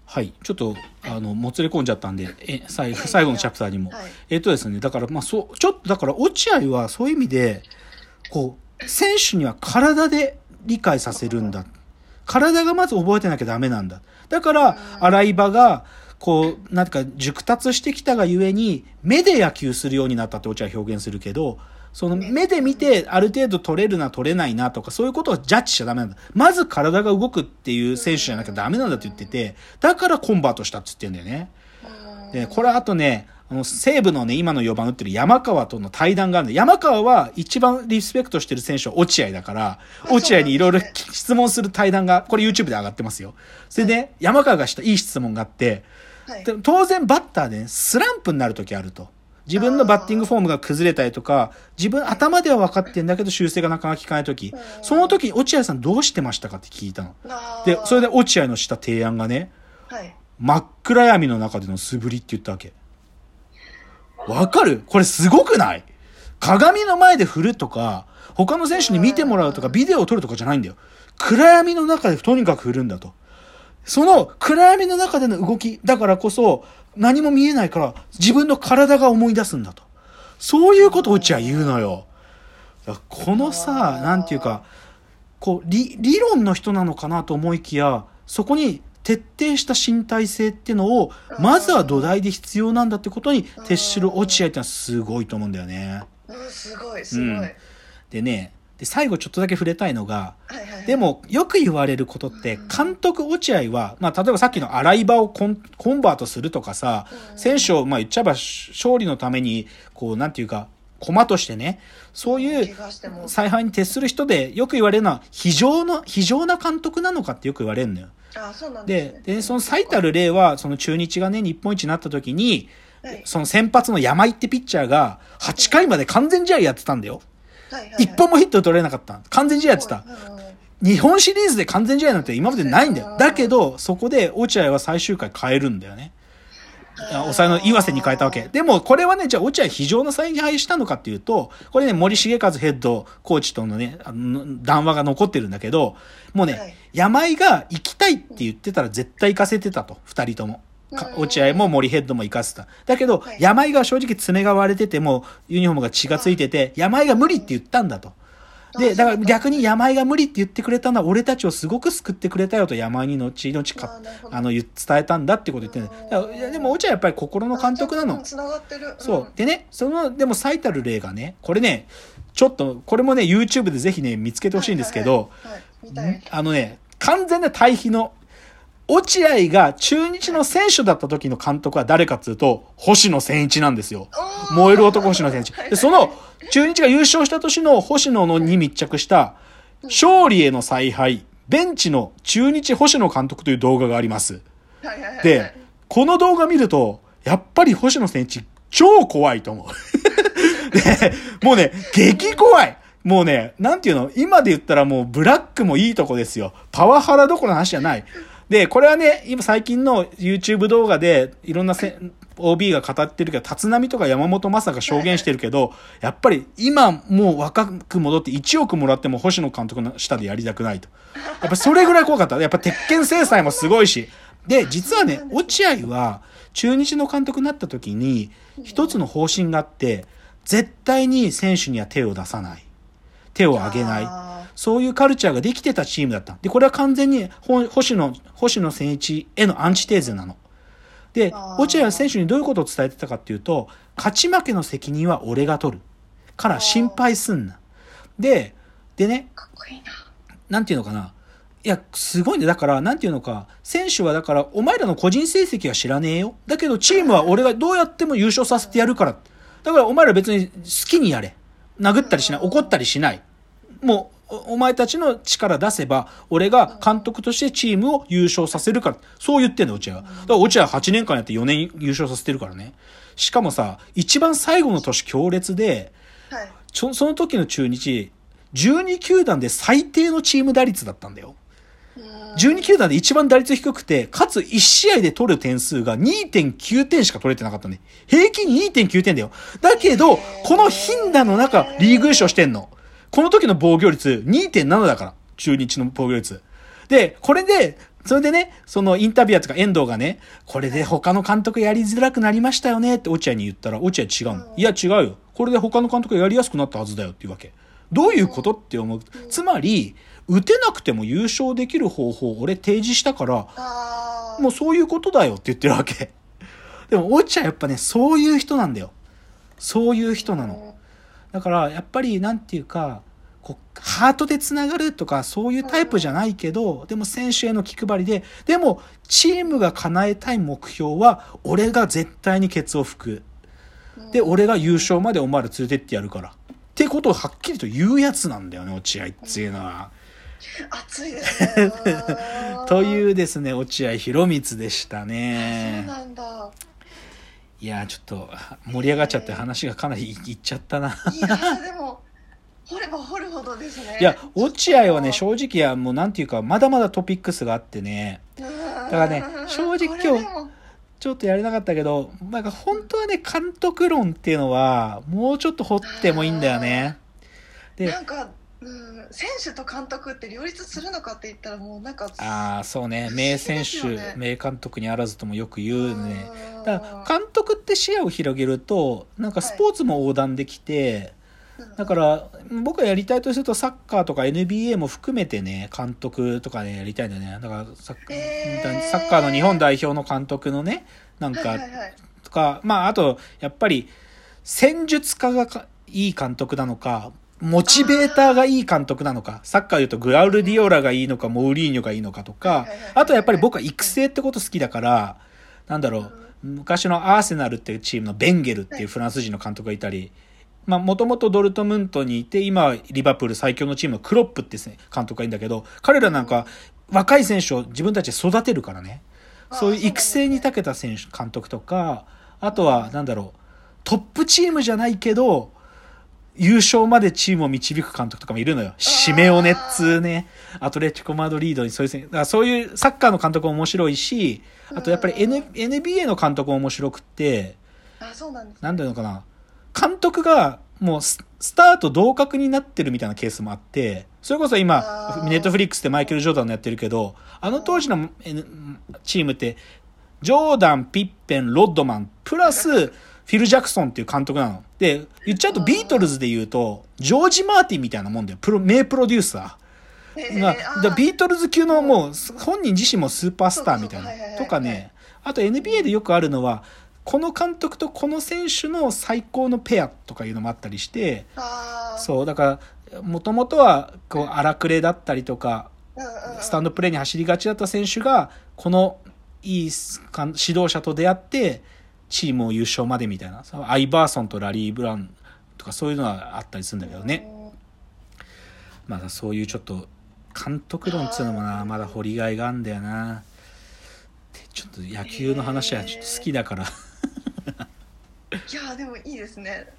はい。ちょっと、もつれ込んじゃったんで、最後のチャプターにも。はい、ですね、だから、まあ、ちょっと、だから、落合はそういう意味で、こう、選手には体で理解させるんだ。体がまず覚えてなきゃダメなんだ。だから、洗い場が、こう、なんていうか、熟達してきたがゆえに、目で野球するようになったって落合は表現するけど、その目で見てある程度取れるな取れないなとかそういうことをジャッジしちゃダメなんだ。まず体が動くっていう選手じゃなきゃダメなんだって言ってて、だからコンバートしたって言ってんだよね。で、これあとね、西武のね、今の4番打ってる山川との対談があるんで、山川は一番リスペクトしてる選手は落合だから、落合にいろいろ質問する対談が、これ YouTube で上がってますよ。それで、山川がしたいい質問があって、当然バッターで、ね、スランプになるときあると。自分のバッティングフォームが崩れたりとか、自分頭では分かってんだけど修正がなかなか効かないとき、その時落合さんどうしてましたかって聞いたの。で、それで落合のした提案がね、真っ暗闇の中での素振りって言ったわけ。わかる？これすごくない？鏡の前で振るとか、他の選手に見てもらうとか、ビデオを撮るとかじゃないんだよ。暗闇の中でとにかく振るんだと。その暗闇の中での動きだからこそ何も見えないから自分の体が思い出すんだと。そういうことを落合は言うのよ。このさ、なんていうか、こう理論の人なのかなと思いきや、そこに徹底した身体性っていうのをまずは土台で必要なんだってことに徹する落合ってのはすごいと思うんだよね。 すごいすごい。 でね、で最後ちょっとだけ触れたいのが、でもよく言われることって監督落合は、まあ例えばさっきの洗い場をコンバートするとかさ、選手をまあ言っちゃえば勝利のためにこうなんていうか駒としてね、そういう采配に徹する人でよく言われるのは非常な監督なのかってよく言われるのよ。 そうなんですね。 でその最たる例はその中日がね日本一になった時に、その先発の山井ってピッチャーが8回まで完全試合やってたんだよ。一本もヒット取れなかった。完全試合やってた。日本シリーズで完全試合なんて今までないんだよ。だけど、そこで落合は最終回変えるんだよね。抑えの岩瀬に変えたわけ。でも、これはね、じゃあ落合非常な采配したのかっていうと、これね、森重和ヘッドコーチとのね、談話が残ってるんだけど、もうね、山井が行きたいって言ってたら絶対行かせてたと、二人とも。落合も森ヘッドも行かせた。だけど、山井が正直爪が割れてても、ユニフォームが血がついてて、山井が無理って言ったんだと。で、だから逆に山井が無理って言ってくれたのは、俺たちをすごく救ってくれたよと山井に後々伝えたんだってこと言ってる。いやでも落合はやっぱり心の監督なの。そう。でね、でも最たる例がね、これね、ちょっと、これもね、YouTube でぜひね、見つけてほしいんですけど、完全な対比の、落合が中日の選手だった時の監督は誰かっていうと、星野千一なんですよ。燃える男星野千一。で、その、中日が優勝した年の星野に密着した、勝利への采配、ベンチの中日星野監督という動画があります。で、この動画見ると、やっぱり星野千一、超怖いと思う。で、もうね、激怖い。もうね、なんていうの、今で言ったらもうブラックもいいとこですよ。パワハラどころの話じゃない。で、これはね、今最近の YouTube 動画でいろんなOB が語ってるけど、立浪とか山本昌が証言してるけど、やっぱり今もう若く戻って1億もらっても星野監督の下でやりたくないと。やっぱそれぐらい怖かった。やっぱ鉄拳制裁もすごいし。で、実はね、落合は中日の監督になった時に一つの方針があって、絶対に選手には手を出さない。手を挙げない。そういうカルチャーができてたチームだった。で、これは完全に星野千一へのアンチテーゼなの。で、落合は選手にどういうことを伝えてたかっていうと、勝ち負けの責任は俺が取る。から心配すんな。でね、 かっこいいな。 なんていうのかな。いや、すごいね。だから、なんていうのか、選手はだから、お前らの個人成績は知らねえよ。だけど、チームは俺がどうやっても優勝させてやるから。だから、お前ら別に好きにやれ。殴ったりしない。怒ったりしない。もう、お前たちの力出せば、俺が監督としてチームを優勝させるから。そう言ってんだ、落合は。だから落合は8年間やって4年優勝させてるからね。しかもさ、一番最後の年強烈で、その時の中日、12球団で最低のチーム打率だったんだよ。12球団で一番打率低くて、かつ1試合で取る点数が 2.9 点しか取れてなかったね。平均 2.9 点だよ。だけど、この頻打の中、リーグ優勝してんの。この時の防御率 2.7 だから。中日の防御率。で、これで、 それでね、そのインタビュアーとか遠藤がね、これで他の監督やりづらくなりましたよねって落合に言ったら、落合違うの。いや違うよ。これで他の監督やりやすくなったはずだよっていうわけ。どういうことって思う。つまり、打てなくても優勝できる方法を俺提示したから、もうそういうことだよって言ってるわけ。でも落合やっぱね、そういう人なんだよ。そういう人なの。だからやっぱりなんていうか、ハートでつながるとかそういうタイプじゃないけど、でも選手への気配りで、でもチームが叶えたい目標は俺が絶対にケツを拭く。で、俺が優勝までお前ら連れてってやるから。ってことをはっきりと言うやつなんだよね、落合っていうのは。 熱いですね。 というですね、落合博満でしたね。 そうなんだ。 いや、ちょっと盛り上がっちゃって話がかなりいっちゃったな。 いやでも掘れば掘るほどですね。 いや、落合はね、正直はもうなんていうか、まだまだトピックスがあってね。だからね、正直今日、ちょっとやれなかったけど、なんか本当はね、監督論っていうのは、もうちょっと掘ってもいいんだよね。 で、なんか、選手と監督って両立するのかって言ったらもうなんか、 そうね、名選手、名監督にあらずともよく言うね。だから監督って視野を広げると、なんかスポーツも横断できて、だから僕がやりたいとするとサッカーとか NBA も含めてね、監督とかねやりたいんだよね。だからサッカーの日本代表の監督のね、なんかとか、まああとやっぱり戦術家がいい監督なのか、モチベーターがいい監督なのか、サッカーで言うとグラウルディオラがいいのか、モウリーニョがいいのかとか、あとやっぱり僕は育成ってこと好きだから、なんだろう、昔のアーセナルっていうチームのベンゲルっていうフランス人の監督がいたり、まあもともとドルトムントにいて、今はリバプール最強のチームのクロップって監督がいいんだけど、彼らなんか若い選手を自分たちで育てるからね、そういう育成に長けた選手、監督とか、あとはなんだろう、トップチームじゃないけど、優勝までチームを導く監督とかもいるのよ。シメオネっつうね、アトレティコマドリードにそういう、だからそういうサッカーの監督も面白いし、あとやっぱり、NBA の監督も面白くって、なんだろうかな、監督がもうスタート同格になってるみたいなケースもあって、それこそ今ネットフリックスでマイケル・ジョーダンのやってるけど、あの当時のチームってジョーダン、ピッペン、ロッドマンプラスフィル・ジャクソンっていう監督なので、言っちゃうとビートルズで言うとジョージ・マーティンみたいなもんだよ。名プロデューサー、ビートルズ級のもう本人自身もスーパースターみたいなとかね。あと NBA でよくあるのは、この監督とこの選手の最高のペアとかいうのもあったりして、そうだからもともとはこう荒くれだったりとか、スタンドプレーに走りがちだった選手がこのいい指導者と出会ってチームを優勝までみたいな、アイバーソンとラリー・ブラウンとかそういうのはあったりするんだけどね。まだそういうちょっと監督論っていうのもな、まだ掘りがいがあるんだよな。ちょっと野球の話はちょっと好きだからいやでもいいですね。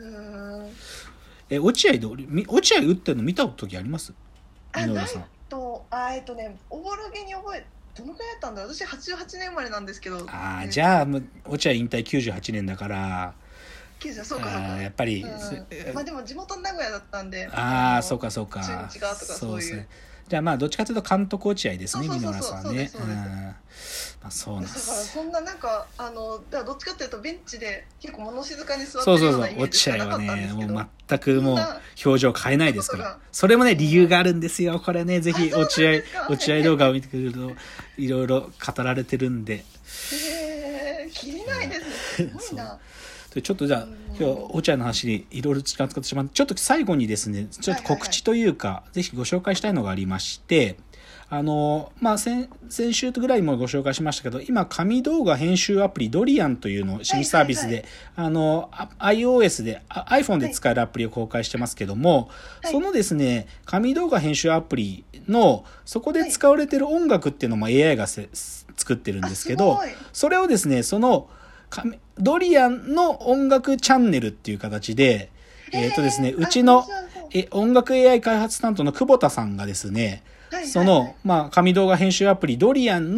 落合打ってるの見た時あります？ ないと、おぼろげに覚え、どのくらいだったんだ。私88年生まれなんですけど。 じゃあ落合引退98年だから、 そうかやっぱり、 まあでも地元名古屋だったんで、 そうかそうか、 中日がとかそういう。 じゃあまあどっちかというと監督落合ですね、箕浦さんね。そうなんです。 だからそんななんかどっちかというとベンチで結構物静かに座ってるようなイメージしかなかったんですけど、 落合はね、もう全くもう表情変えないですから。それもね理由があるんですよ。これねぜひ落合動画を見てくれるといろいろ語られてるんで。 切りないですね。すごいな。 ちょっとじゃあ今日落合の話にいろいろ時間使ってしまって、ちょっと最後にですね、ちょっと告知というか、ぜひご紹介したいのがありまして、まあ、先週ぐらいもご紹介しましたけど、今紙動画編集アプリドリアンというのを新サービスで、iOS で iPhone で使えるアプリを公開してますけども、そのですね紙動画編集アプリのそこで使われている音楽っていうのも AI が作ってるんですけど、それをですねドリアンの音楽チャンネルっていう形で、ですね、うちの音楽 AI 開発担当の久保田さんがですね、その、まあ、紙動画編集アプリドリアンの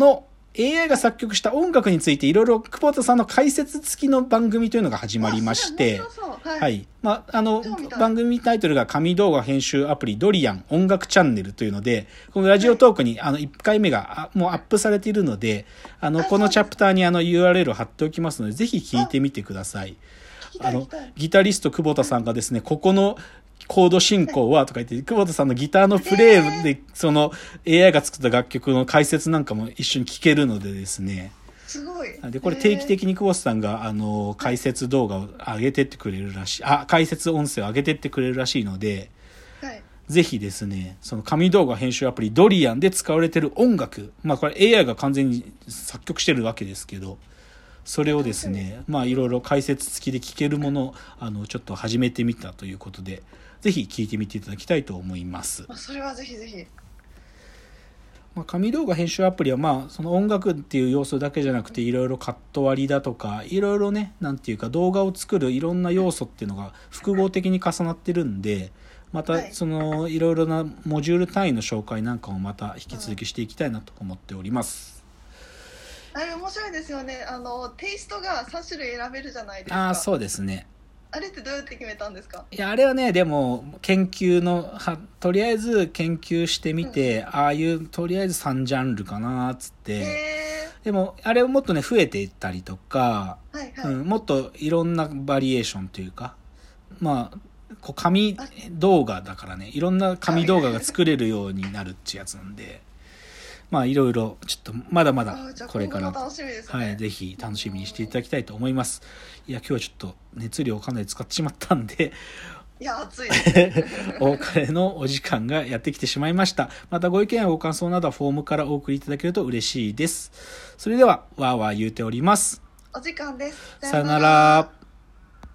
AI が作曲した音楽についていろいろ久保田さんの解説付きの番組というのが始まりまして、はい。番組タイトルが紙動画編集アプリドリアン音楽チャンネルというので、このラジオトークに1回目がもうアップされているので、このチャプターにURL を貼っておきますので、ぜひ聞いてみてください。ギタリスト久保田さんがですね、ここのコード進行はとか言って、久保田さんのギターのプレイで、その AI が作った楽曲の解説なんかも一緒に聞けるのでですね。 すごい。 で、これ定期的に久保田さんが、解説動画を上げてってくれるらしい。解説音声を上げてってくれるらしいので、 はい。 ぜひですね、その紙動画編集アプリドリアンで使われてる音楽、これ AI が完全に作曲してるわけですけど、それをですね、いろいろ解説付きで聞けるものを、ちょっと始めてみたということで、ぜひ聞いてみていただきたいと思います。 それはぜひぜひ。 紙動画編集アプリはその音楽っていう要素だけじゃなくて、いろいろカット割りだとか、いろいろね、なんていうか動画を作るいろんな要素っていうのが複合的に重なってるんで、またそのいろいろなモジュール単位の紹介なんかもまた引き続きしていきたいなと思っております。 あれ面白いですよね。テイストが3種類選べるじゃないですか。 そうですね。 あれってどうやって決めたんですか？ いや、あれはね、でも研究のとりあえず研究してみて、ああいうとりあえず3ジャンルかなっつって、でもあれをもっとね増えていったりとか、もっといろんなバリエーションというか、こう紙動画だからね、いろんな紙動画が作れるようになるってやつなんで、いろいろちょっとまだまだこれから、はい、ぜひ楽しみにしていただきたいと思います。いや、今日はちょっと熱量をかなり使ってしまったんで、 いや暑いですお別れのお時間がやってきてしまいました。またご意見やご感想などはフォームからお送りいただけると嬉しいです。それではわーわー言うております。 お時間です。 さよなら。